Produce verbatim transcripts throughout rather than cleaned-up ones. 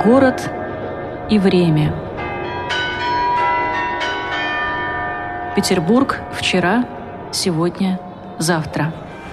Город и время. Петербург вчера, сегодня, завтра.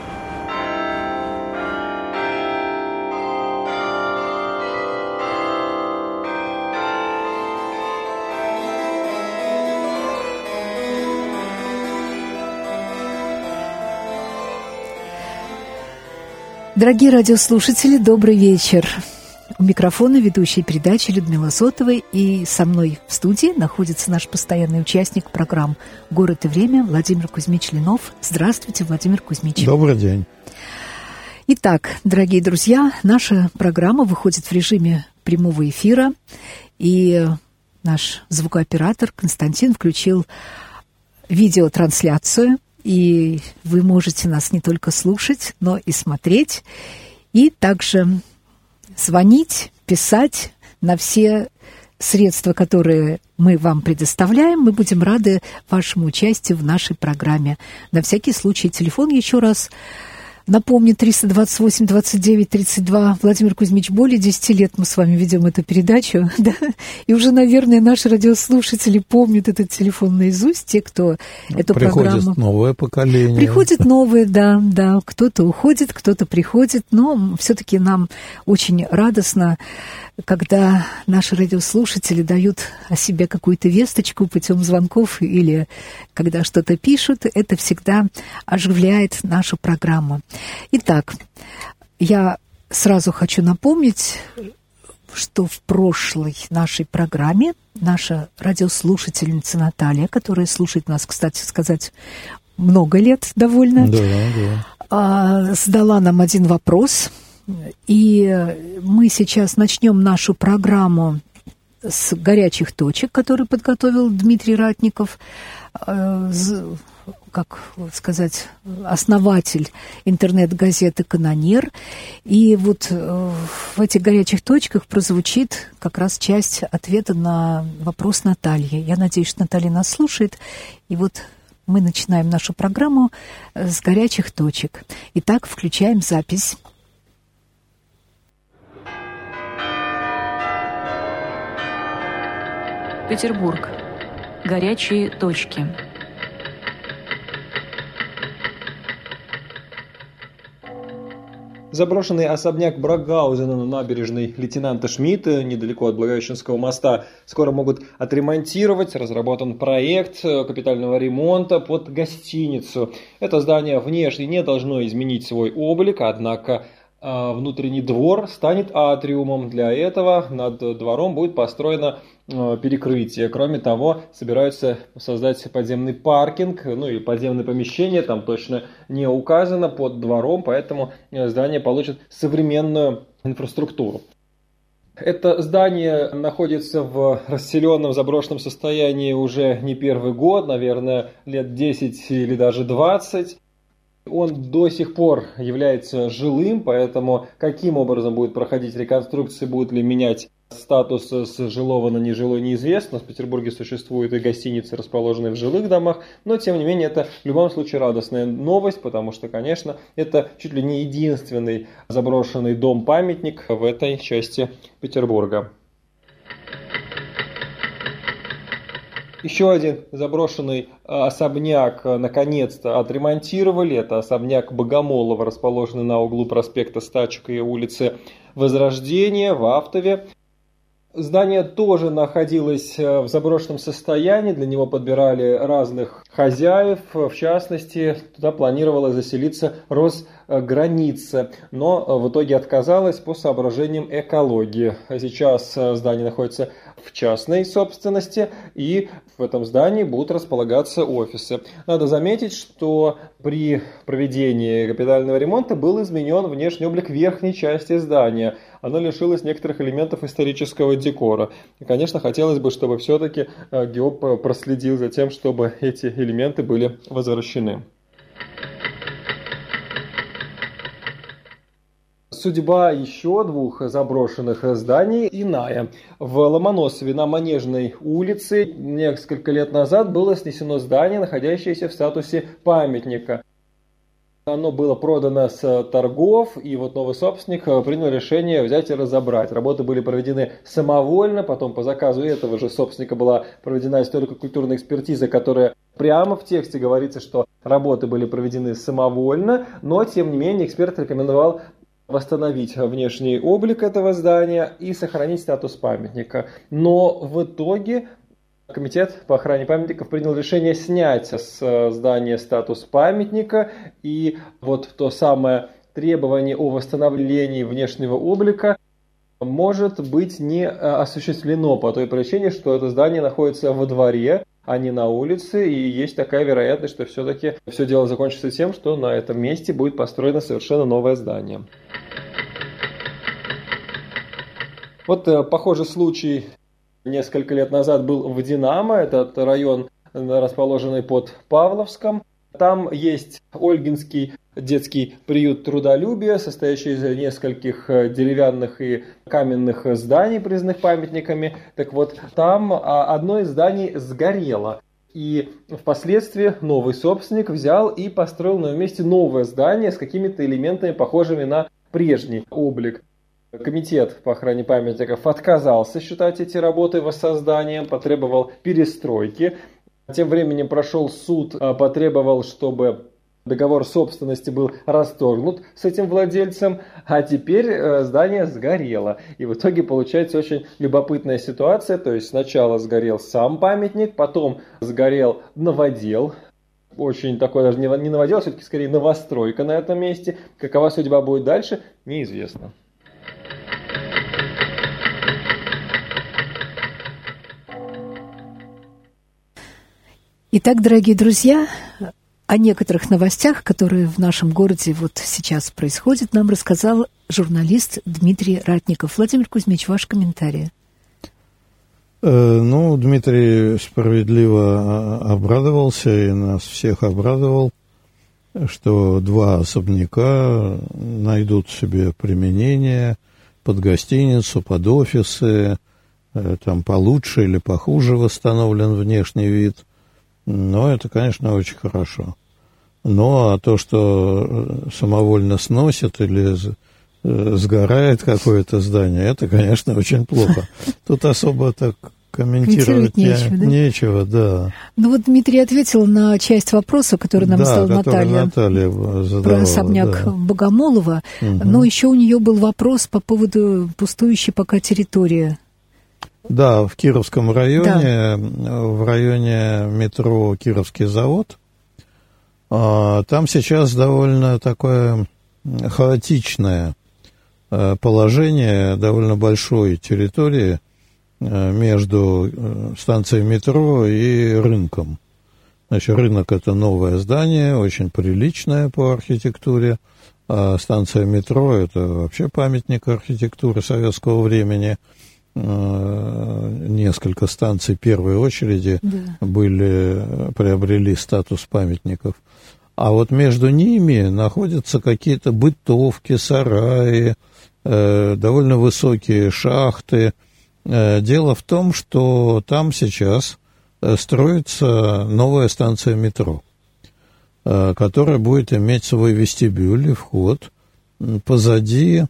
Дорогие радиослушатели, добрый вечер. У микрофона ведущая передачи Людмила Сотова, и со мной в студии находится наш постоянный участник программ «Город и время» Владимир Кузьмич Ленов. Здравствуйте, Владимир Кузьмич. Добрый день. Итак, дорогие друзья, наша программа выходит в режиме прямого эфира, и наш звукооператор Константин включил видеотрансляцию, и вы можете нас не только слушать, но и смотреть, и также звонить, писать на все средства, которые мы вам предоставляем. Мы будем рады вашему участию в нашей программе. На всякий случай телефон еще раз напомню: триста двадцать восемь двадцать девять тридцать два. Владимир Кузьмич, более десяти лет мы с вами ведем эту передачу, да? И уже, наверное, наши радиослушатели помнят этот телефон наизусть, те, кто эту приходит программу... Приходит новое поколение. Приходит новое, да, да. Кто-то уходит, кто-то приходит, но все-таки нам очень радостно, когда наши радиослушатели дают о себе какую-то весточку путем звонков или когда что-то пишут. Это всегда оживляет нашу программу. Итак, я сразу хочу напомнить, что в прошлой нашей программе наша радиослушательница Наталья, которая слушает нас, кстати сказать, много лет довольно, да, да. задала нам один вопрос. И мы сейчас начнем нашу программу с горячих точек, которые подготовил Дмитрий Ратников, как сказать, основатель интернет-газеты «Канонер». И вот в этих горячих точках прозвучит как раз часть ответа на вопрос Натальи. Я надеюсь, что Наталья нас слушает. И вот мы начинаем нашу программу с горячих точек. Итак, включаем запись. Петербург. Горячие точки. Заброшенный особняк Брагаузена на набережной лейтенанта Шмидта, недалеко от Благовещенского моста, скоро могут отремонтировать. Разработан проект капитального ремонта под гостиницу. Это здание внешне не должно изменить свой облик, однако внутренний двор станет атриумом. Для этого над двором будет построено перекрытие. Кроме того, собираются создать подземный паркинг, ну и подземное помещение, там точно не указано, под двором, поэтому здание получит современную инфраструктуру. Это здание находится в расселенном заброшенном состоянии уже не первый год, наверное, лет десять или даже двадцать. Он до сих пор является жилым, поэтому каким образом будет проходить реконструкция, будет ли менять статус с жилого на нежилой, неизвестно. В Петербурге существуют и гостиницы, расположенные в жилых домах, но тем не менее это в любом случае радостная новость, потому что, конечно, это чуть ли не единственный заброшенный дом-памятник в этой части Петербурга. Еще один заброшенный особняк наконец-то отремонтировали. Это особняк Богомолова, расположенный на углу проспекта Стачек и улицы Возрождения в Автове. Здание тоже находилось в заброшенном состоянии, для него подбирали разных хозяев, в частности, туда планировалось заселиться Росграница, но в итоге отказалась по соображениям экологии. Сейчас здание находится в частной собственности, и в этом здании будут располагаться офисы. Надо заметить, что при проведении капитального ремонта был изменен внешний облик верхней части здания. Оно лишилось некоторых элементов исторического декора. И, конечно, хотелось бы, чтобы все-таки ГИОП проследил за тем, чтобы эти элементы были возвращены. Судьба еще двух заброшенных зданий иная. В Ломоносове на Манежной улице несколько лет назад было снесено здание, находящееся в статусе памятника. Оно было продано с торгов, и вот новый собственник принял решение взять и разобрать. Работы были проведены самовольно, потом по заказу этого же собственника была проведена историко-культурная экспертиза, которая прямо в тексте говорится, что работы были проведены самовольно, но тем не менее эксперт рекомендовал восстановить внешний облик этого здания и сохранить статус памятника. Но в итоге Комитет по охране памятников принял решение снять с здания статус памятника, и вот то самое требование о восстановлении внешнего облика может быть не осуществлено по той причине, что это здание находится во дворе, а не на улице, и есть такая вероятность, что все-таки все дело закончится тем, что на этом месте будет построено совершенно новое здание. Вот похожий случай несколько лет назад был в Динамо, этот район, расположенный под Павловском. Там есть Ольгинский детский приют трудолюбия, состоящий из нескольких деревянных и каменных зданий, признанных памятниками. Так вот, там одно из зданий сгорело. И впоследствии новый собственник взял и построил на месте новое здание с какими-то элементами, похожими на прежний облик. Комитет по охране памятников отказался считать эти работы воссозданием, потребовал перестройки. Тем временем прошел суд, потребовал, чтобы договор собственности был расторгнут с этим владельцем, а теперь здание сгорело. И в итоге получается очень любопытная ситуация. То есть сначала сгорел сам памятник, потом сгорел новодел. Очень такой даже не новодел, все-таки скорее новостройка на этом месте. Какова судьба будет дальше, неизвестно. Итак, дорогие друзья, о некоторых новостях, которые в нашем городе вот сейчас происходят, нам рассказал журналист Дмитрий Ратников. Владимир Кузьмич, ваш комментарий. Ну, Дмитрий справедливо обрадовался и нас всех обрадовал, что два особняка найдут себе применение под гостиницу, под офисы, там получше или похуже восстановлен внешний вид. Но это, конечно, очень хорошо. Ну, а то, что самовольно сносят или сгорает какое-то здание, это, конечно, очень плохо. Тут особо так комментировать нечего, да? нечего, да. Ну вот Дмитрий ответил на часть вопроса, который нам да, задала Наталья, Наталья задавала, про особняк да. Богомолова. Угу. Но еще у нее был вопрос по поводу пустующей пока территории. Да, в Кировском районе, да. в районе метро Кировский завод, там сейчас довольно такое хаотичное положение довольно большой территории между станцией метро и рынком. Значит, рынок – это новое здание, очень приличное по архитектуре, а станция метро – это вообще памятник архитектуры советского времени. Несколько станций первой очереди да. были, приобрели статус памятников. А вот между ними находятся какие-то бытовки, сараи, э, довольно высокие шахты. Э, дело в том, что там сейчас строится новая станция метро, э, которая будет иметь свой вестибюль и вход позади...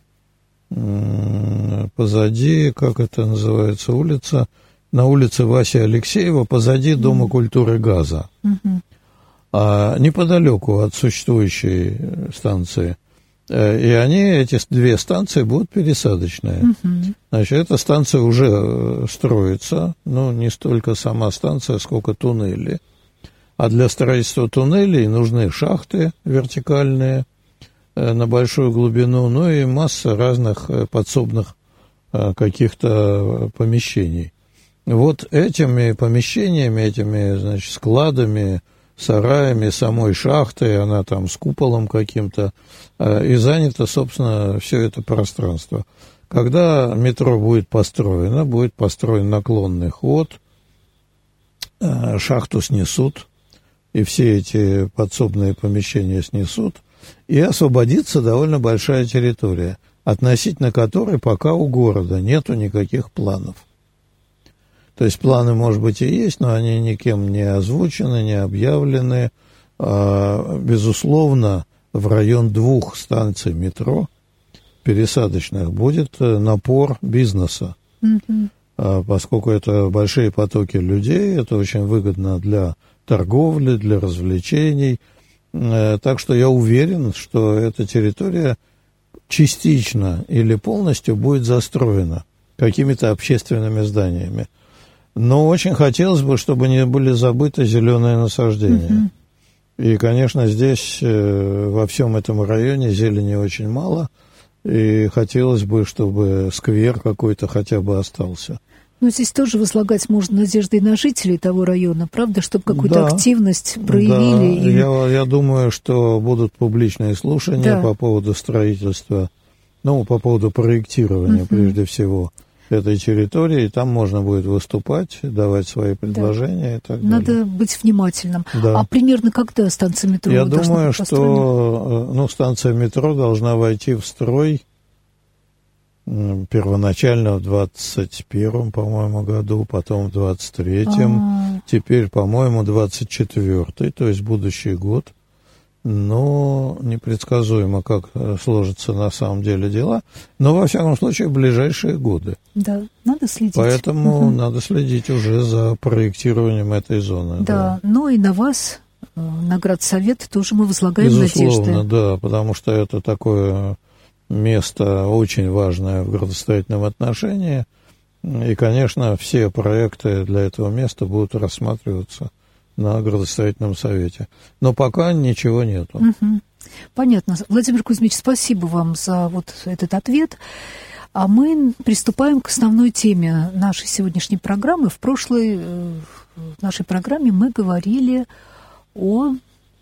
позади, как это называется, улица, на улице Васи Алексеева, позади Дома культуры газа, mm-hmm. а неподалеку от существующей станции. И они, эти две станции, будут пересадочные. Mm-hmm. Значит, эта станция уже строится, ну, не столько сама станция, сколько туннели. А для строительства туннелей нужны шахты вертикальные, на большую глубину, ну и масса разных подсобных каких-то помещений. Вот этими помещениями, этими, значит, складами, сараями, самой шахтой, она там с куполом каким-то, и занято, собственно, все это пространство. Когда метро будет построено, будет построен наклонный ход, шахту снесут, и все эти подсобные помещения снесут, и освободится довольно большая территория, относительно которой пока у города нету никаких планов. То есть планы, может быть, и есть, но они никем не озвучены, не объявлены. Безусловно, в район двух станций метро пересадочных будет напор бизнеса. Mm-hmm. Поскольку это большие потоки людей, это очень выгодно для торговли, для развлечений. Так что я уверен, что эта территория частично или полностью будет застроена какими-то общественными зданиями. Но очень хотелось бы, чтобы не были забыты зеленые насаждения. Mm-hmm. И, конечно, здесь, во всем этом районе, зелени очень мало, и хотелось бы, чтобы сквер какой-то хотя бы остался. Но здесь тоже возлагать можно надежды и на жителей того района, правда, чтобы какую-то да, активность проявили. Да, и... я, я думаю, что будут публичные слушания да. по поводу строительства, ну, по поводу проектирования, uh-huh. прежде всего, этой территории. Там можно будет выступать, давать свои предложения да. и так далее. Надо быть внимательным. Да. А примерно когда станция метро я должна думаю, быть построена? что ну, станция метро должна войти в строй первоначально в двадцать первом, по-моему, году, потом в двадцать третьем, А-а-а. теперь, по-моему, двадцать четвёртый, то есть будущий год. Но непредсказуемо, как сложатся на самом деле дела. Но, во всяком случае, в ближайшие годы. Да, надо следить. Поэтому угу. надо следить уже за проектированием этой зоны. Да, да. Ну и на вас, на Градсовет, тоже мы возлагаем Безусловно, надежды. да, потому что это такое... место очень важное в градостроительном отношении. И, конечно, все проекты для этого места будут рассматриваться на градостроительном совете. Но пока ничего нету. Угу. Понятно. Владимир Кузьмич, спасибо вам за вот этот ответ. А мы приступаем к основной теме нашей сегодняшней программы. В прошлой в нашей программе мы говорили о...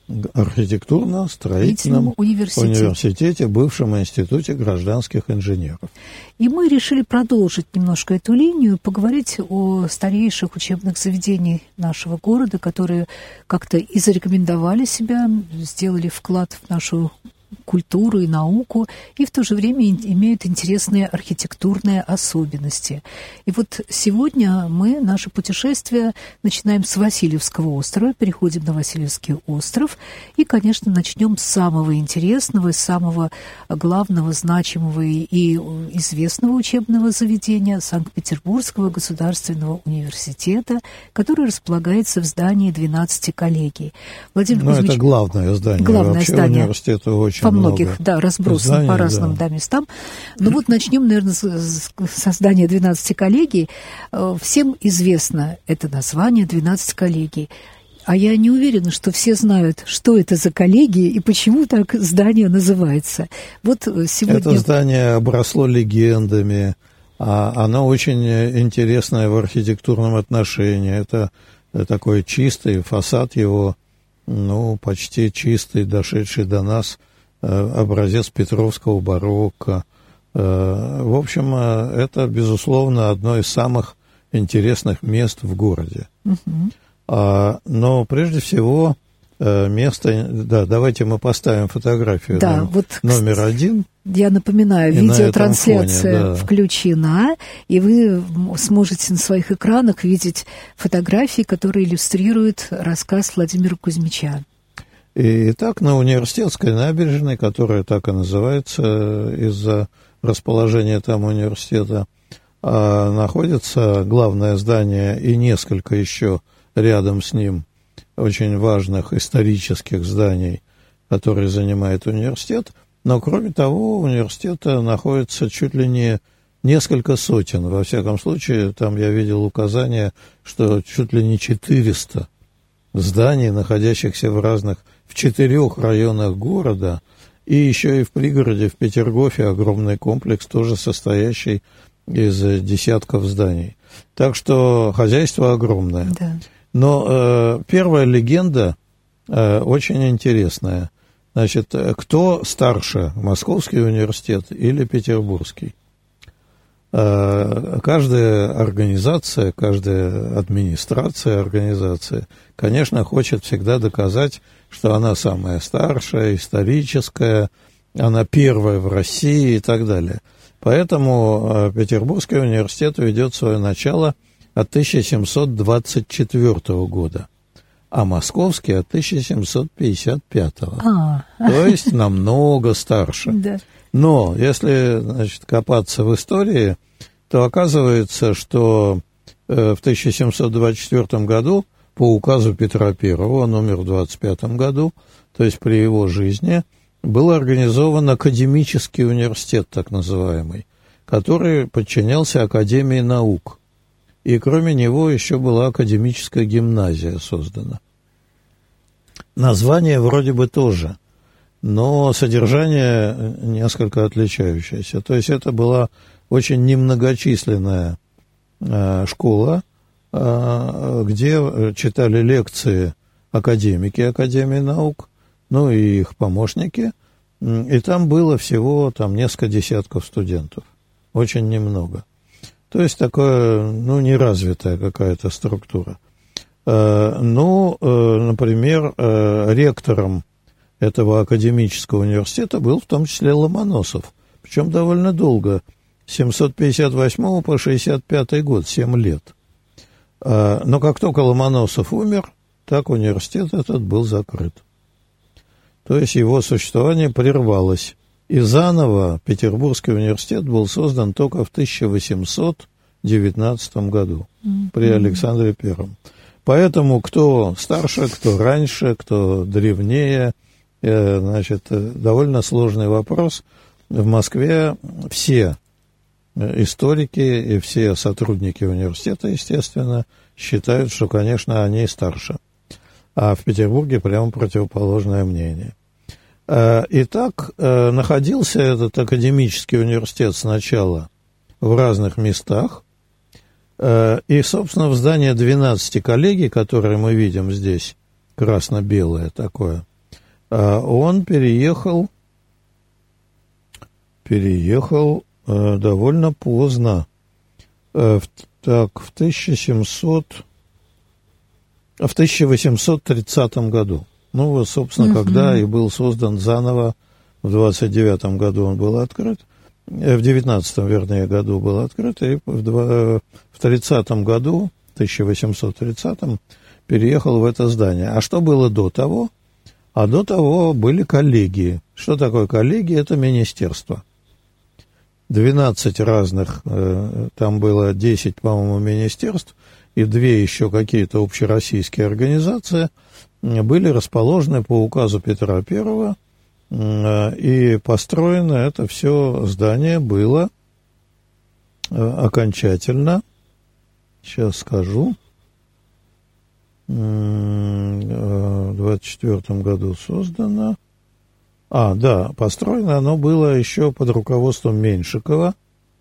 архитектурно-строительном университете. университете, бывшем институте гражданских инженеров. И мы решили продолжить немножко эту линию, поговорить о старейших учебных заведениях нашего города, которые как-то и зарекомендовали себя, сделали вклад в нашу культуру и науку, и в то же время имеют интересные архитектурные особенности. И вот сегодня мы наше путешествие начинаем с Васильевского острова, переходим на Васильевский остров, и, конечно, начнем с самого интересного, самого главного, значимого и известного учебного заведения Санкт-Петербургского государственного университета, который располагается в здании двенадцати коллегий. Владимир Ну, Кузьмич, это главное здание. Главное Вообще здание. Университета очень Во многих, много да, разбросано зданий, по разным да. да, местам. Ну вот начнем, наверное, с создания двенадцати коллегий. Всем известно это название двенадцать коллегий. А я не уверена, что все знают, что это за коллегии и почему так здание называется. Вот сегодня... Это здание обросло легендами. Оно очень интересное в архитектурном отношении. Это такой чистый фасад его, ну, почти чистый, дошедший до нас образец петровского барокко. В общем, это, безусловно, одно из самых интересных мест в городе. Uh-huh. Но прежде всего место... Да, давайте мы поставим фотографию да, номер, вот, номер один. Я напоминаю, видеотрансляция фоне, да. включена, и вы сможете на своих экранах видеть фотографии, которые иллюстрируют рассказ Владимира Кузьмича. И так на Университетской набережной, которая так и называется из-за расположения там университета, находится главное здание и несколько еще рядом с ним очень важных исторических зданий, которые занимает университет. Но, кроме того, у университета находится чуть ли не несколько сотен. Во всяком случае, там я видел указание, что чуть ли не четыреста зданий, находящихся в разных, в четырех районах города, и еще и в пригороде, в Петергофе, огромный комплекс, тоже состоящий из десятков зданий. Так что хозяйство огромное. Да. Но э, первая легенда э, очень интересная. Значит, кто старше, Московский университет или Петербургский? Каждая организация, каждая администрация организации, конечно, хочет всегда доказать, что она самая старшая, историческая, она первая в России и так далее. Поэтому Петербургский университет ведет свое начало от тысяча семьсот двадцать четвёртого года. а московский от тысяча семьсот пятьдесят пятого. А. То есть намного старше. Да. Но если, значит, копаться в истории, то оказывается, что в тысяча семьсот двадцать четвёртом году по указу Петра Первого, он умер в двадцать пятом году, то есть при его жизни, был организован академический университет, так называемый, который подчинялся Академии наук. И кроме него еще была академическая гимназия создана. Название вроде бы тоже, но содержание несколько отличающееся. То есть это была очень немногочисленная э, школа, э, где читали лекции академики Академии наук, ну и их помощники, и там было всего там несколько десятков студентов, очень немного. То есть такая, ну, неразвитая какая-то структура. Ну, например, ректором этого академического университета был в том числе Ломоносов, причем довольно долго, с семьсот пятьдесят восьмого по шестьдесят пятый год, семь лет. Но как только Ломоносов умер, так университет этот был закрыт. То есть его существование прервалось. И заново Петербургский университет был создан только в тысяча восемьсот девятнадцатом году при Александре Первом. Поэтому кто старше, кто раньше, кто древнее, значит, довольно сложный вопрос. В Москве все историки и все сотрудники университета, естественно, считают, что, конечно, они старше. А в Петербурге прямо противоположное мнение. Итак, находился этот академический университет сначала в разных местах, и, собственно, в здании двенадцати коллегий, которые мы видим здесь, красно-белое такое, он переехал, переехал довольно поздно, так, в тысяча семьсот, в тысяча восемьсот тридцатом году. Ну, вот, собственно, uh-huh. когда и был создан заново, в двадцать девятом году он был открыт, в девятнадцатом, вернее, году был открыт, и в тридцатом году, тысяча восемьсот тридцатом, переехал в это здание. А что было до того? А до того были коллегии. Что такое коллегии? Это министерство. двенадцать разных, там было десять, по-моему, министерств, и две еще какие-то общероссийские организации были расположены по указу Петра Первого, и построено это все здание было окончательно, сейчас скажу, в двадцать четвёртом году создано, а, да, построено оно было еще под руководством Меньшикова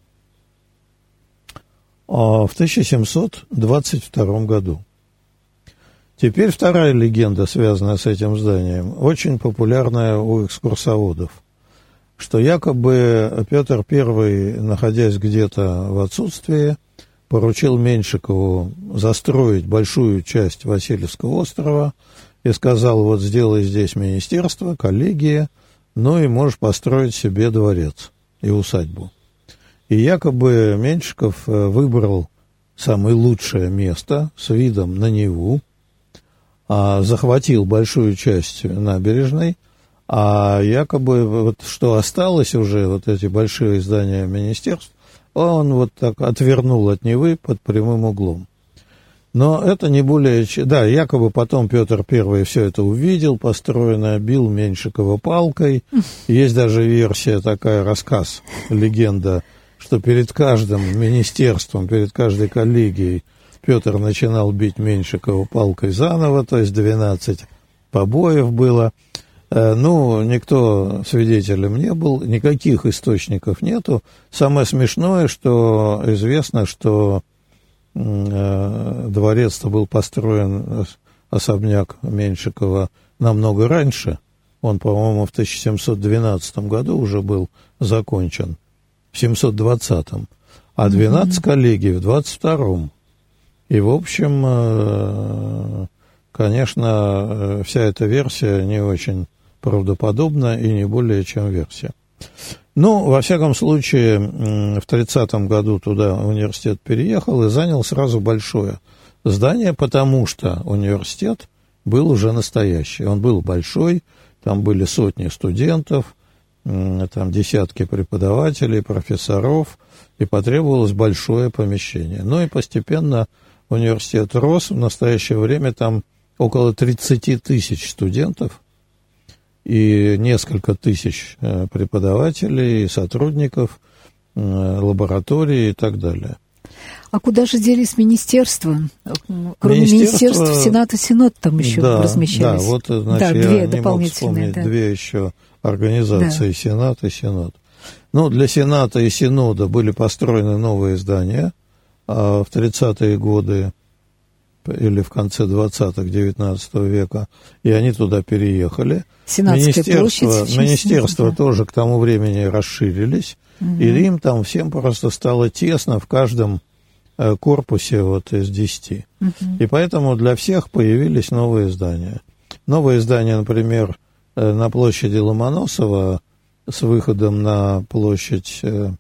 в тысяча семьсот двадцать втором году. Теперь вторая легенда, связанная с этим зданием, очень популярная у экскурсоводов, что якобы Петр Первый, находясь где-то в отсутствии, поручил Меньшикову застроить большую часть Васильевского острова и сказал: вот сделай здесь министерство, коллегия, ну и можешь построить себе дворец и усадьбу. И якобы Меньшиков выбрал самое лучшее место с видом на Неву, захватил большую часть набережной, а якобы вот что осталось уже, вот эти большие здания министерств, он вот так отвернул от Невы под прямым углом. Но это не более... Да, якобы потом Петр Первый все это увидел, построенное, бил Меньшикова палкой. Есть даже версия такая, рассказ, легенда, что перед каждым министерством, перед каждой коллегией Петр начинал бить Меньшикова палкой заново, то есть двенадцать побоев было. Ну, никто свидетелем не был, никаких источников нету. Самое смешное, что известно, что дворец-то был построен, особняк Меньшикова, намного раньше. Он, по-моему, в тысяча семьсот двенадцатом году уже был закончен, в семьсот двадцатом, а двенадцать mm-hmm. коллегий в двадцать втором. И, в общем, конечно, вся эта версия не очень правдоподобна и не более чем версия. Ну, во всяком случае, в тридцатом году туда университет переехал и занял сразу большое здание, потому что университет был уже настоящий. Он был большой, там были сотни студентов, там десятки преподавателей, профессоров, и потребовалось большое помещение. Ну и постепенно университет рос. В настоящее время там около тридцать тысяч студентов и несколько тысяч преподавателей, сотрудников, лаборатории и так далее. А куда же делись министерства? Кроме министерства, министерств, Сенат и Синод там еще да, размещались. Да, вот, значит, да, две я не мог вспомнить да. две еще организации, да. Сенат и Синод. Ну, для Сената и Синода были построены новые здания а в тридцатые годы или в конце двадцатого, девятнадцатого века, и они туда переехали. Сенатская министерства, площадь. Министерства да. тоже к тому времени расширились, угу. и им там всем просто стало тесно в каждом корпусе вот из десяти. Угу. И поэтому для всех появились новые здания. Новые здания, например, на площади Ломоносова с выходом на площадь э,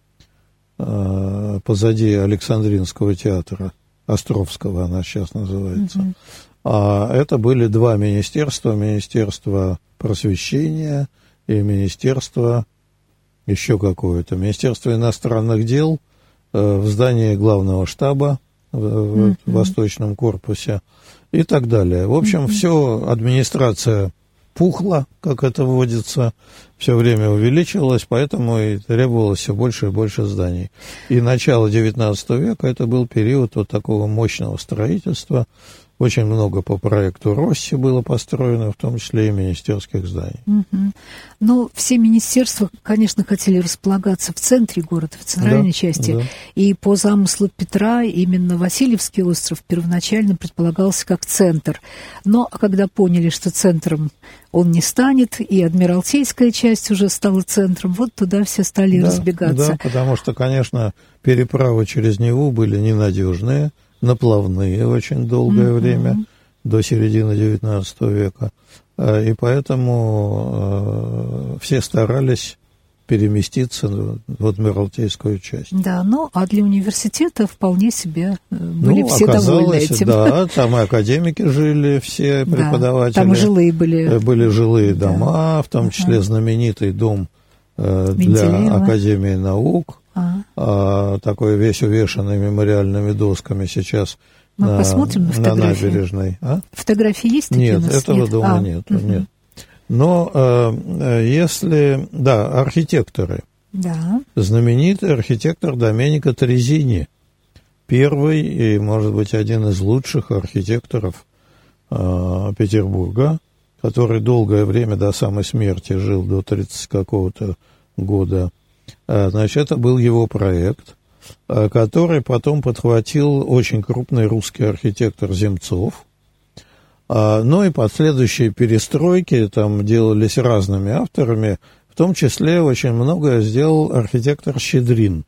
э, позади Александринского театра, Островского она сейчас называется. Uh-huh. А это были два министерства, Министерство просвещения и Министерство еще какое-то, Министерство иностранных дел э, в здании главного штаба в, uh-huh. в Восточном корпусе и так далее. В общем, uh-huh. все, администрация пухла, как это водится, все время увеличивалось, поэтому и требовалось все больше и больше зданий. И начало девятнадцатого века это был период вот такого мощного строительства. Очень много по проекту Росси было построено, в том числе и министерских зданий. Угу. Ну, все министерства, конечно, хотели располагаться в центре города, в центральной да, части. Да. И по замыслу Петра именно Васильевский остров первоначально предполагался как центр. Но когда поняли, что центром он не станет, и Адмиралтейская часть уже стала центром, вот туда все стали да, разбегаться. Да, потому что, конечно, переправы через Неву были ненадежные, наплавные очень долгое mm-hmm. время, до середины девятнадцатого века. И поэтому э, все старались переместиться в Адмиралтейскую часть. Да, ну, а для университета вполне себе были ну, все довольны этим. Да, там и академики жили, все преподаватели. Да, там и жилые были. Были жилые да. дома, в том числе uh-huh. знаменитый дом э, для Академии наук. А. А, такой весь увешанный мемориальными досками сейчас мы на, посмотрим на, на набережной. А? Фотографии есть такие нет, у нас? Этого нет, этого дома а. нет, угу. нет. Но э, если, да, архитекторы. Да. Знаменитый архитектор Доменико Трезини, первый и, может быть, один из лучших архитекторов э, Петербурга, который долгое время до самой смерти жил, до тридцатого какого-то года. Значит, это был его проект, который потом подхватил очень крупный русский архитектор Земцов. Ну и последующие перестройки там делались разными авторами, в том числе очень многое сделал архитектор Щедрин.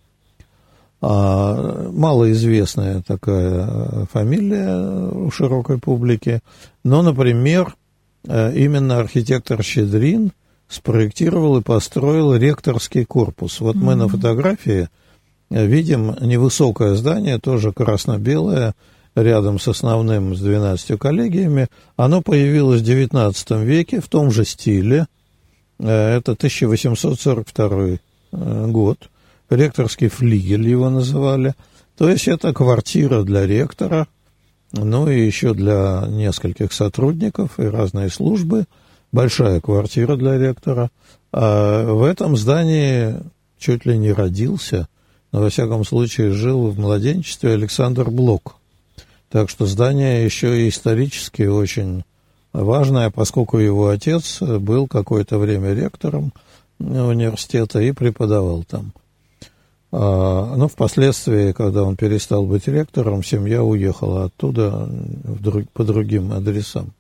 Малоизвестная такая фамилия у широкой публики, но, например, именно архитектор Щедрин спроектировал и построил ректорский корпус. Вот mm-hmm. мы на фотографии видим невысокое здание, тоже красно-белое, рядом с основным, с двенадцатью коллегиями. Оно появилось в девятнадцатом веке в том же стиле. Это тысяча восемьсот сорок второй год. Ректорский флигель его называли. То есть это квартира для ректора, ну и еще для нескольких сотрудников и разные службы. Большая квартира для ректора. А в этом здании чуть ли не родился, но, во всяком случае, жил в младенчестве Александр Блок. Так что здание еще и исторически очень важное, поскольку его отец был какое-то время ректором университета и преподавал там. А, но впоследствии, когда он перестал быть ректором, семья уехала оттуда в друг, по другим адресам.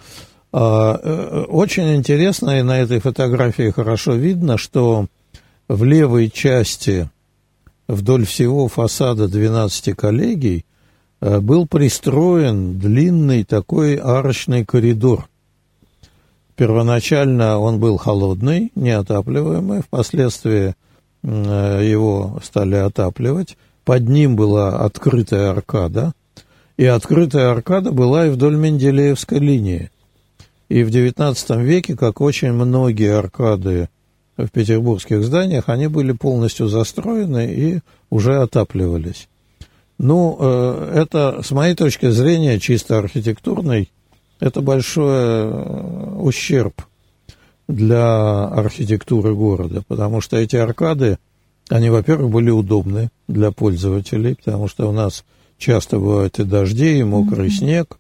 Очень интересно, и на этой фотографии хорошо видно, что в левой части вдоль всего фасада двенадцати коллегий был пристроен длинный такой арочный коридор. Первоначально он был холодный, неотапливаемый, впоследствии его стали отапливать. Под ним была открытая аркада. И открытая аркада была и вдоль Менделеевской линии. И в девятнадцатом веке, как очень многие аркады в петербургских зданиях, они были полностью застроены и уже отапливались. Ну, это, с моей точки зрения, чисто архитектурный, это большой ущерб для архитектуры города, потому что эти аркады, они, во-первых, были удобны для пользователей, потому что у нас часто бывают и дожди, и мокрый mm-hmm. снег,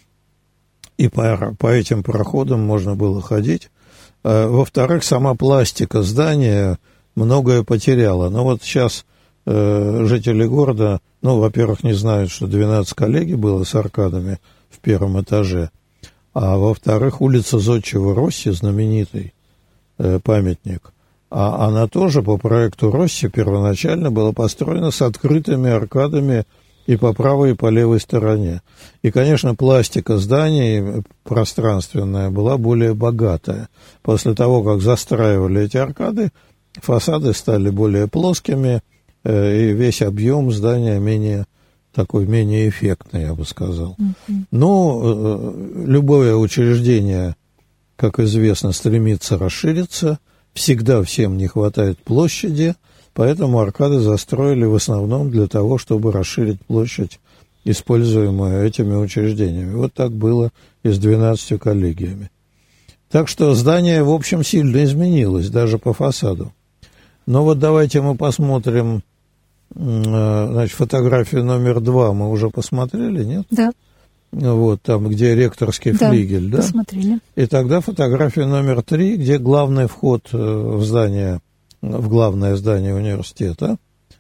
и по, по этим проходам можно было ходить. Во-вторых, сама пластика здания многое потеряла. Но вот сейчас э, жители города, ну, во-первых, не знают, что двенадцать коллегий было с аркадами в первом этаже, а во-вторых, улица Зодчего Росси, знаменитый э, памятник, а она тоже по проекту Росси первоначально была построена с открытыми аркадами и по правой, и по левой стороне. И, конечно, пластика зданий пространственная была более богатая. После того, как застраивали эти аркады, фасады стали более плоскими, и весь объем здания менее такой, менее эффектный, я бы сказал. Mm-hmm. Но любое учреждение, как известно, стремится расшириться, всегда всем не хватает площади, поэтому аркады застроили в основном для того, чтобы расширить площадь, используемую этими учреждениями. Вот так было и с двенадцатью коллегиями. Так что здание, в общем, сильно изменилось, даже по фасаду. Но вот давайте мы посмотрим, значит, фотографию номер два мы уже посмотрели, нет? Да. Вот там, где ректорский да, флигель, да? Посмотрели. И тогда фотография номер три, где главный вход в здание, в главное здание университета.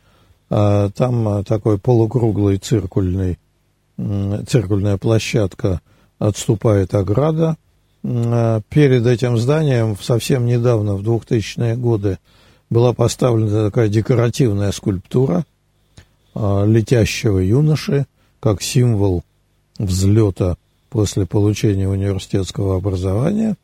Там такой полукруглый циркульный, циркульная площадка, отступает ограда. Перед этим зданием совсем недавно, в двухтысячные годы, была поставлена такая декоративная скульптура летящего юноши, как символ взлета после получения университетского образования.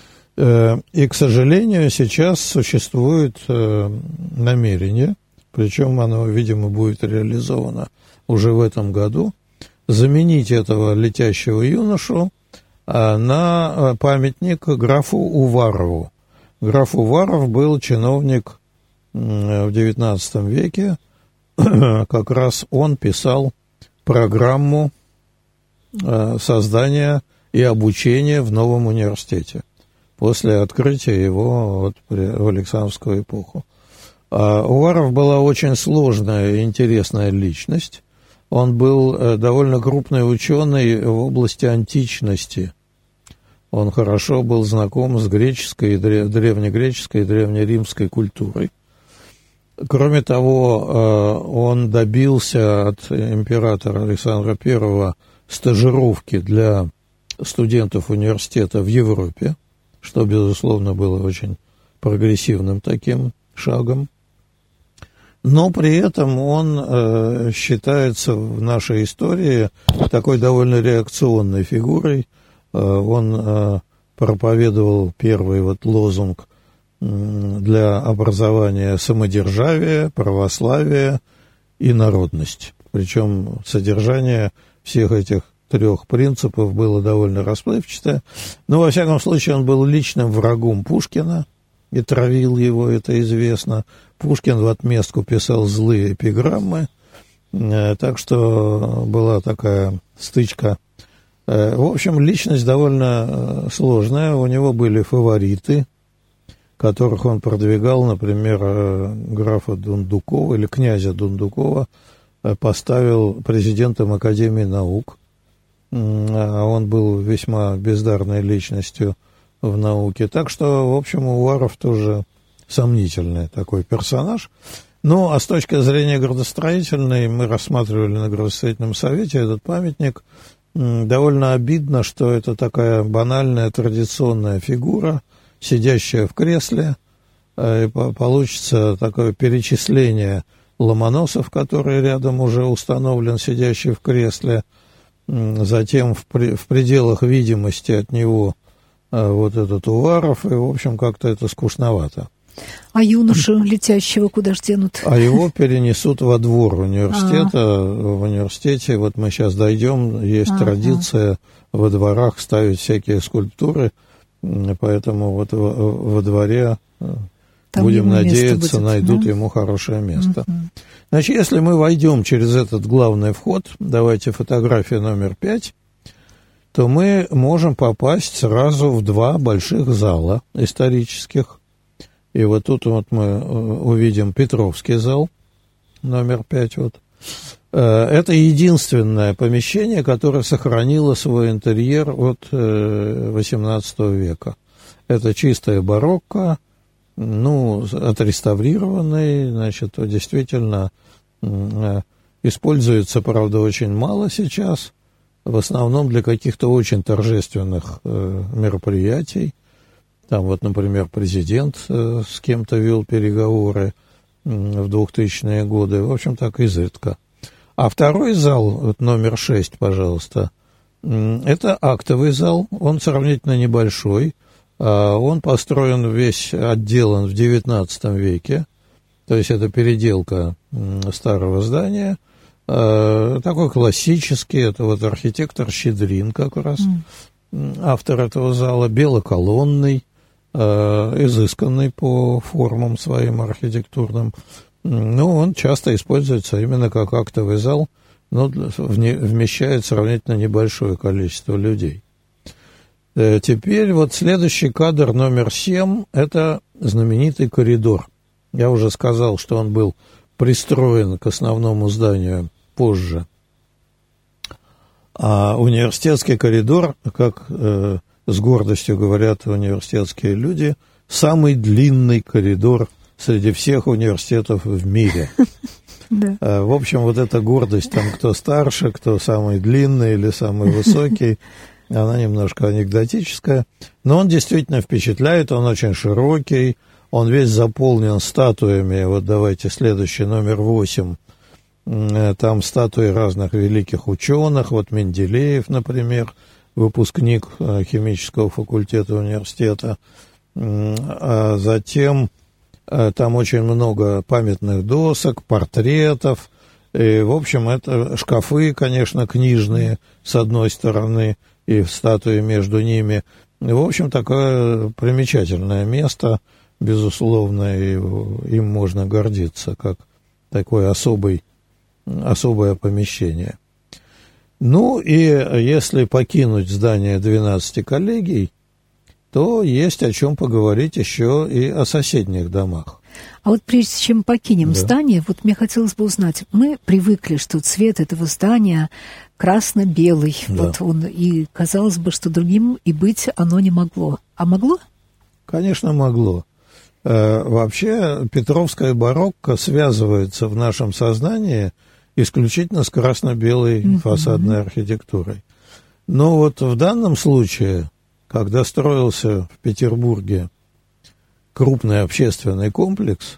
И, к сожалению, сейчас существует намерение, причем оно, видимо, будет реализовано уже в этом году, заменить этого летящего юношу на памятник графу Уварову. Граф Уваров был чиновник в девятнадцатом веке, как раз он писал программу создания и обучения в новом университете после открытия его вот, в Александровскую эпоху. А Уваров была очень сложная и интересная личность. Он был довольно крупный ученый в области античности. Он хорошо был знаком с греческой, древнегреческой и древнеримской культурой. Кроме того, он добился от императора Александра Первого стажировки для студентов университета в Европе, что, безусловно, было очень прогрессивным таким шагом. Но при этом он э, считается в нашей истории такой довольно реакционной фигурой. Э, он э, проповедовал первый вот лозунг э, для образования самодержавия, православия и народность. Причем содержание всех этих трех принципов было довольно расплывчатое. Но, во всяком случае, он был личным врагом Пушкина и травил его, это известно. Пушкин в отместку писал злые эпиграммы, так что была такая стычка. В общем, личность довольно сложная, у него были фавориты, которых он продвигал, например, графа Дундукова или князя Дундукова поставил президентом Академии наук, а он был весьма бездарной личностью в науке. Так что, в общем, Уваров тоже сомнительный такой персонаж. Ну, а с точки зрения градостроительной, мы рассматривали на градостроительном совете этот памятник. Довольно обидно, что это такая банальная традиционная фигура, сидящая в кресле, и получится такое перечисление Ломоносов, который рядом уже установлен, сидящий в кресле, затем в, при, в пределах видимости от него вот этот Уваров, и, в общем, как-то это скучновато. А юношу летящего куда ж денут? А его перенесут во двор университета. А-а-а. В университете, вот мы сейчас дойдем, есть А-а-а. традиция во дворах ставить всякие скульптуры, поэтому вот во, во дворе, там будем надеяться, будет, найдут да? ему хорошее место. Uh-huh. Значит, если мы войдем через этот главный вход, давайте фотография номер пять, то мы можем попасть сразу в два больших зала исторических. И вот тут вот мы увидим Петровский зал, номер пять. Вот. Это единственное помещение, которое сохранило свой интерьер от восемнадцатого века. Это чистая барокко, ну, отреставрированный, значит, действительно используется, правда, очень мало сейчас, в основном для каких-то очень торжественных мероприятий. Там вот, например, президент э, с кем-то вел переговоры э, в двухтысячные годы. В общем, так изредка. А второй зал, вот номер шесть, пожалуйста, э, это актовый зал. Он сравнительно небольшой. Э, он построен весь, отделан в девятнадцатом веке. То есть это переделка э, старого здания. Э, такой классический. Это вот архитектор Щедрин как раз. Mm. Автор этого зала. Белоколонный. Изысканный по формам своим архитектурным, но он часто используется именно как актовый зал, но вмещает сравнительно небольшое количество людей. Теперь вот следующий кадр номер семь, это знаменитый коридор. Я уже сказал, что он был пристроен к основному зданию позже. А университетский коридор, как с гордостью говорят университетские люди, самый длинный коридор среди всех университетов в мире. Да. В общем, вот эта гордость, там, кто старше, кто самый длинный или самый высокий, она немножко анекдотическая. Но он действительно впечатляет, он очень широкий, он весь заполнен статуями. Вот давайте следующий, номер восемь. Там статуи разных великих ученых, вот Менделеев, например, выпускник химического факультета университета. А затем там очень много памятных досок, портретов. И, в общем, это шкафы, конечно, книжные с одной стороны и статуи между ними. И, в общем, такое примечательное место, безусловно, и им можно гордиться, как такое особый, особое помещение. Ну, и если покинуть здание двенадцати коллегий, то есть о чем поговорить еще и о соседних домах. А вот прежде чем покинем да. здание, вот мне хотелось бы узнать, мы привыкли, что цвет этого здания красно-белый, да. вот он, и казалось бы, что другим и быть оно не могло. А могло? Конечно, могло. Э, вообще, Петровская барокко связывается в нашем сознании исключительно с красно-белой mm-hmm. фасадной архитектурой. Но вот в данном случае, когда строился в Петербурге крупный общественный комплекс,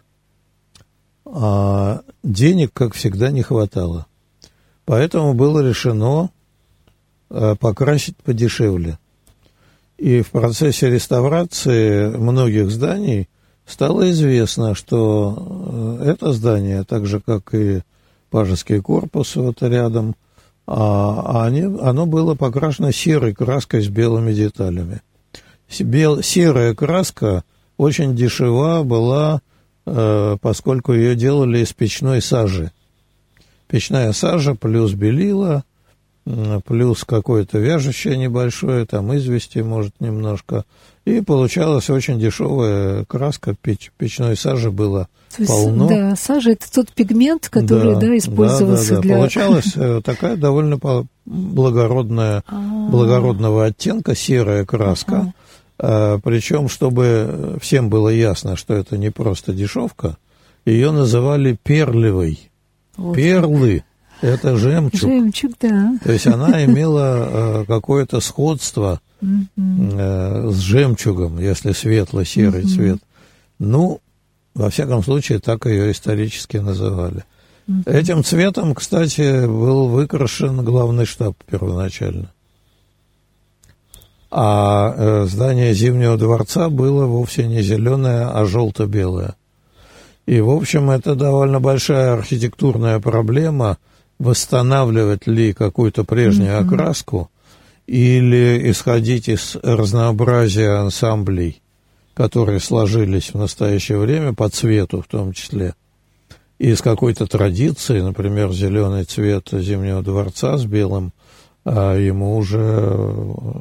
а денег, как всегда, не хватало. Поэтому было решено покрасить подешевле. И в процессе реставрации многих зданий стало известно, что это здание, так же, как и Пажеский корпус вот рядом, а они, оно было покрашено серой краской с белыми деталями. Бел, серая краска очень дешева была, э, поскольку ее делали из печной сажи. Печная сажа плюс белила, э, плюс какое-то вяжущее небольшое, там извести, может, немножко. И получалась очень дешевая краска, печ, печной сажи было То полно. Есть, да, сажа – это тот пигмент, который, да, да, использовался да, да, да. для... Получалась такая довольно благородная, благородного оттенка серая краска. А, причем, чтобы всем было ясно, что это не просто дешевка, ее называли перлевой. Вот. Перлы – это жемчуг. Жемчуг, да. То есть она имела какое-то сходство с жемчугом, если светло-серый uh-huh. цвет. Ну, во всяком случае, так ее исторически называли. Uh-huh. Этим цветом, кстати, был выкрашен главный штаб первоначально. А здание Зимнего дворца было вовсе не зеленое, а желто-белое. И, в общем, это довольно большая архитектурная проблема, восстанавливать ли какую-то прежнюю mm-hmm. окраску или исходить из разнообразия ансамблей, которые сложились в настоящее время, по цвету в том числе, и из какой-то традиции, например, зеленый цвет Зимнего дворца с белым, а ему уже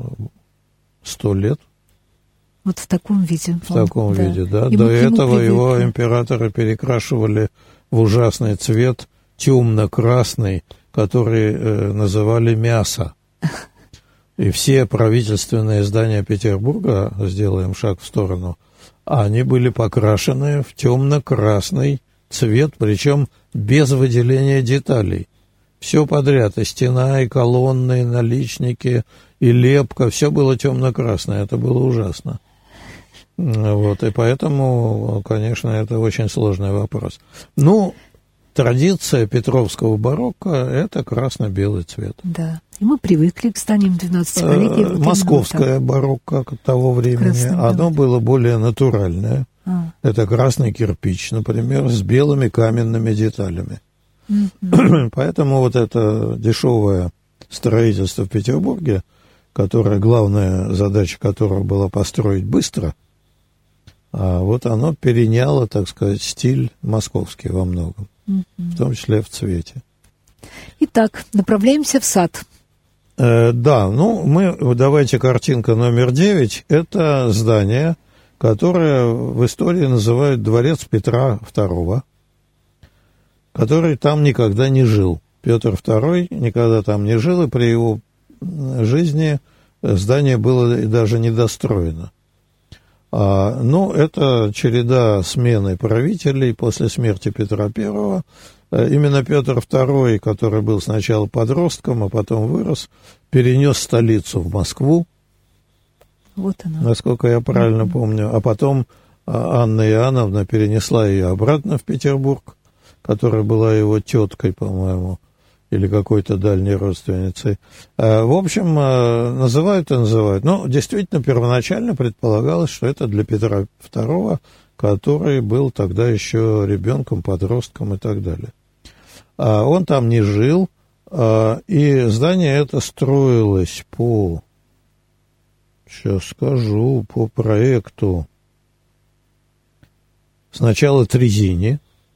сто лет. Вот в таком виде. В он, таком да. виде, да. И До этого его императоры перекрашивали в ужасный цвет, темно-красный, который э, называли мясо. И все правительственные здания Петербурга, сделаем шаг в сторону, они были покрашены в темно-красный цвет, причем без выделения деталей. Все подряд, и стена, и колонны, и наличники, и лепка, все было темно-красное, это было ужасно. Вот, и поэтому, конечно, это очень сложный вопрос. Ну, традиция петровского барокко – это красно-белый цвет. Да, и мы привыкли к зданиям двенадцатого века. Московское барокко того времени, оно было более натуральное. А. Это красный кирпич, например, с белыми каменными деталями. Mm-hmm. Поэтому вот это дешевое строительство в Петербурге, которое, главная задача которого была построить быстро, а вот оно переняло, так сказать, стиль московский во многом, mm-hmm. в том числе в цвете. Итак, направляемся в сад. Э, да, ну, мы, давайте картинка номер девять. Это здание, которое в истории называют дворец Петра второго, который там никогда не жил. Петр второй никогда там не жил, и при его жизни здание было даже недостроено. А, ну, это череда смены правителей после смерти Петра первого. Именно Петр второй, который был сначала подростком, а потом вырос, перенес столицу в Москву. Вот она. Насколько я правильно mm-hmm. помню. А потом Анна Иоанновна перенесла ее обратно в Петербург, которая была его теткой, по-моему, или какой-то дальней родственницей. В общем, называют и называют. Но действительно, первоначально предполагалось, что это для Петра второго, который был тогда еще ребенком, подростком и так далее. Он там не жил, и здание это строилось по, сейчас скажу, по проекту сначала Трезини,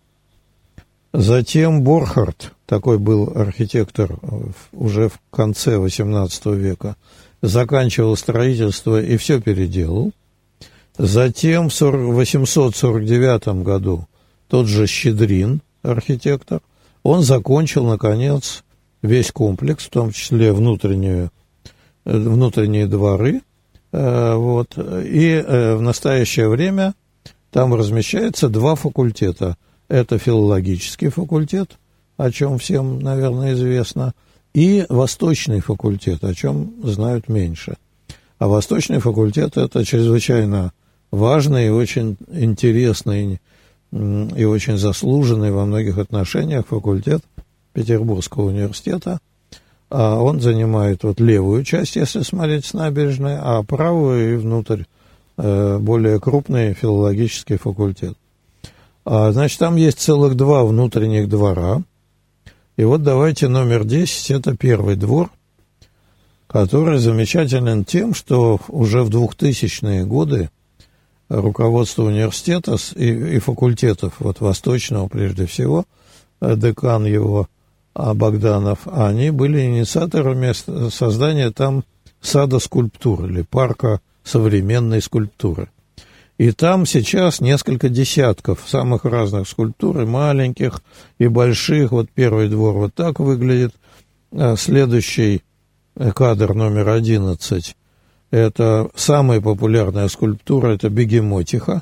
затем Борхард, такой был архитектор уже в конце восемнадцатого века, заканчивал строительство и все переделал. Затем в восемьсот сорок девятом году тот же Щедрин, архитектор, он закончил, наконец, весь комплекс, в том числе внутреннюю, внутренние дворы. Вот, и в настоящее время там размещается два факультета. Это филологический факультет, о чем всем, наверное, известно, и восточный факультет, о чем знают меньше. А восточный факультет – это чрезвычайно важный и очень интересный и очень заслуженный во многих отношениях факультет Петербургского университета. Он занимает вот левую часть, если смотреть с набережной, а правую и внутрь более крупный филологический факультет. Значит, там есть целых два внутренних двора. И вот давайте номер десять, это первый двор, который замечателен тем, что уже в двухтысячные годы руководство университета и, и факультетов, вот восточного прежде всего, декан его Богданов, они были инициаторами создания там сада скульптур или парка современной скульптуры. И там сейчас несколько десятков самых разных скульптур, и маленьких, и больших. Вот первый двор вот так выглядит. Следующий кадр номер одиннадцать. Это самая популярная скульптура, это бегемотиха,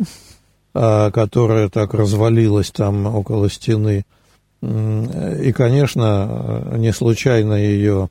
которая так развалилась там около стены. И, конечно, не случайно ее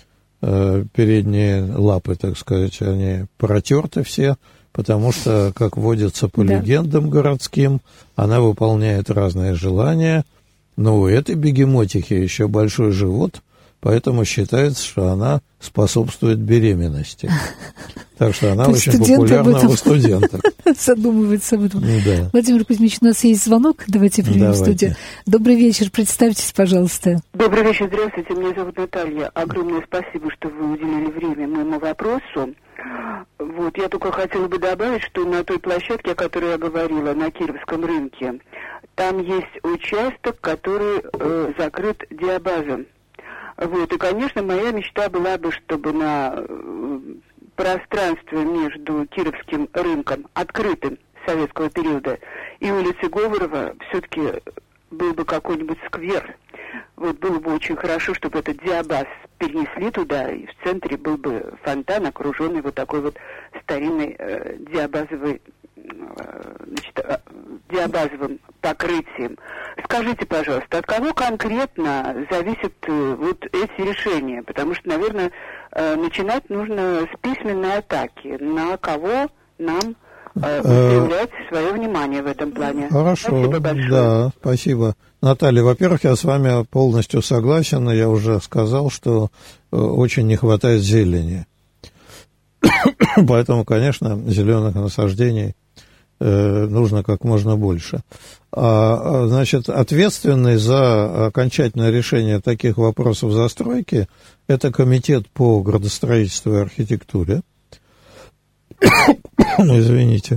передние лапы, так сказать, они протерты все, потому что, как водится по да. легендам городским, она выполняет разные желания. Но у этой бегемотихи еще большой живот, поэтому считается, что она способствует беременности. Так что она очень популярна у студентов. Задумывается об этом. Да. Владимир Кузьмич, у нас есть звонок. Давайте примем в студию. Добрый вечер. Представьтесь, пожалуйста. Добрый вечер. Здравствуйте. Меня зовут Наталья. Огромное спасибо, что вы уделили время моему вопросу. Вот, я только хотела бы добавить, что на той площадке, о которой я говорила, на Кировском рынке, там есть участок, который э, закрыт диабазом. Вот, и, конечно, моя мечта была бы, чтобы на э, пространстве между Кировским рынком, открытым советского периода, и улицей Говорова все-таки был бы какой-нибудь сквер. Вот было бы очень хорошо, чтобы этот диабаз перенесли туда, и в центре был бы фонтан, окруженный вот такой вот старинной э, диабазовой, э, значит, э, диабазовым покрытием. Скажите, пожалуйста, от кого конкретно зависят э, вот эти решения? Потому что, наверное, э, начинать нужно с письменной атаки. На кого нам проявлять свое внимание в этом плане? Хорошо, спасибо большое. Да, спасибо. Наталья, во-первых, я с вами полностью согласен, я уже сказал, что очень не хватает зелени. Поэтому, конечно, зеленых насаждений нужно как можно больше. А, значит, ответственный за окончательное решение таких вопросов застройки – это комитет по градостроительству и архитектуре. Извините.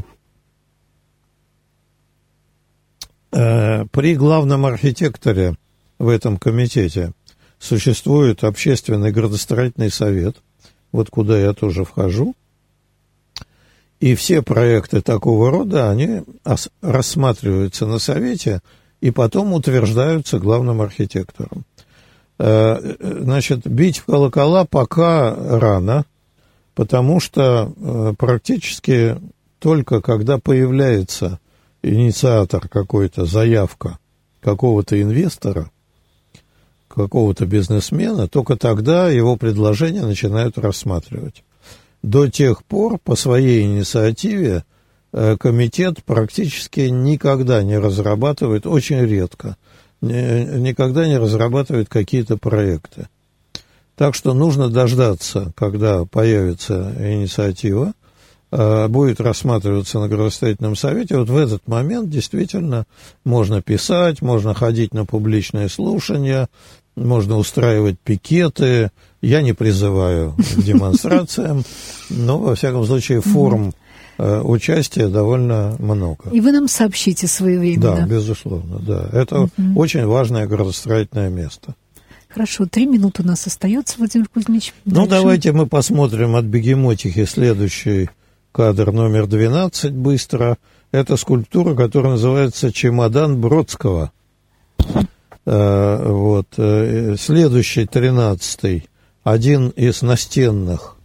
При главном архитекторе в этом комитете существует общественный градостроительный совет, вот куда я тоже вхожу, и все проекты такого рода, они рассматриваются на совете и потом утверждаются главным архитектором. Значит, бить в колокола пока рано, потому что э, практически только когда появляется инициатор какой-то, заявка какого-то инвестора, какого-то бизнесмена, только тогда его предложения начинают рассматривать. До тех пор по своей инициативе э, комитет практически никогда не разрабатывает, очень редко, не, никогда не разрабатывает какие-то проекты. Так что нужно дождаться, когда появится инициатива, будет рассматриваться на градостроительном совете. Вот в этот момент действительно можно писать, можно ходить на публичные слушания, можно устраивать пикеты. Я не призываю к демонстрациям, но, во всяком случае, форм участия довольно много. И вы нам сообщите своевременно. Да, безусловно, да. Это угу. очень важное градостроительное место. Хорошо, три минуты у нас остается, Владимир Кузьмич. Дальше. Ну, давайте мы посмотрим от бегемотихи следующий кадр номер двенадцать быстро. Это скульптура, которая называется «Чемодан Бродского». Вот. Следующий, тринадцатый, один из настенных,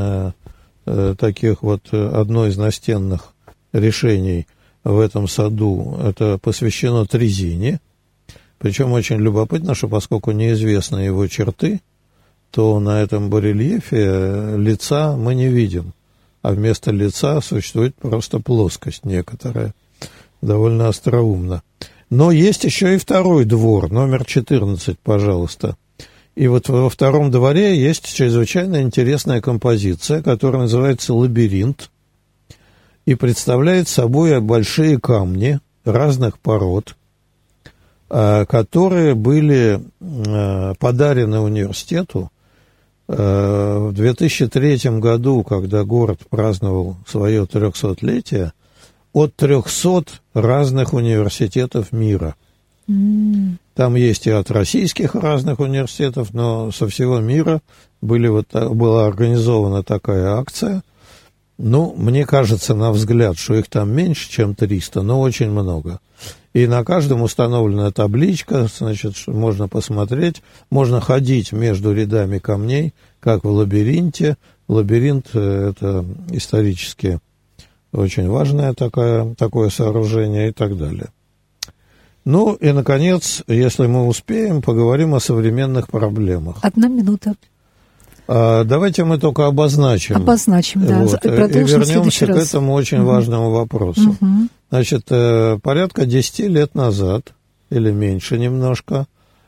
таких вот, одно из настенных решений в этом саду, это посвящено Трезине. Причем очень любопытно, что поскольку неизвестны его черты, то на этом барельефе лица мы не видим, а вместо лица существует просто плоскость некоторая, довольно остроумно. Но есть еще и второй двор, номер четырнадцать, пожалуйста. И вот во втором дворе есть чрезвычайно интересная композиция, которая называется «Лабиринт», и представляет собой большие камни разных пород, которые были подарены университету в две тысячи третьем году, когда город праздновал свое трехсотлетие, от трехсот разных университетов мира. Mm. Там есть и от российских разных университетов, но со всего мира были вот, была организована такая акция. Ну, мне кажется, на взгляд, что их там меньше, чем триста, но очень много. И на каждом установлена табличка, значит, можно посмотреть, можно ходить между рядами камней, как в лабиринте. Лабиринт – это исторически очень важное такое, такое сооружение и так далее. Ну и, наконец, если мы успеем, поговорим о современных проблемах. Одна минута. А, давайте мы только обозначим. Обозначим, да. Вот, и вернемся к этому очень угу. важному вопросу. Угу. Значит, порядка десяти лет назад, или меньше немножко,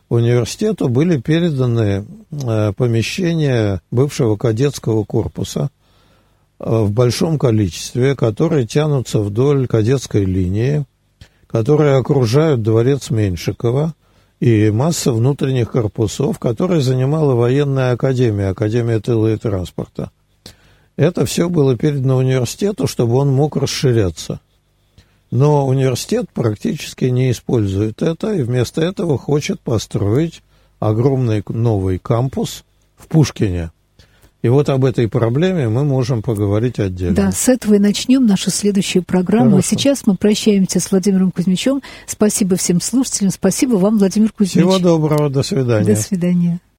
университету были переданы помещения бывшего кадетского корпуса в большом количестве, которые тянутся вдоль кадетской линии, которые окружают дворец Меньшикова, и масса внутренних корпусов, которые занимала военная академия, Академия тыла и транспорта. Это все было передано университету, чтобы он мог расширяться. Но университет практически не использует это, и вместо этого хочет построить огромный новый кампус в Пушкине. И вот об этой проблеме мы можем поговорить отдельно. Да, с этого и начнем нашу следующую программу. Хорошо. Сейчас мы прощаемся с Владимиром Кузьмичем. Спасибо всем слушателям. Спасибо вам, Владимир Кузьмич. Всего доброго. До свидания. До свидания.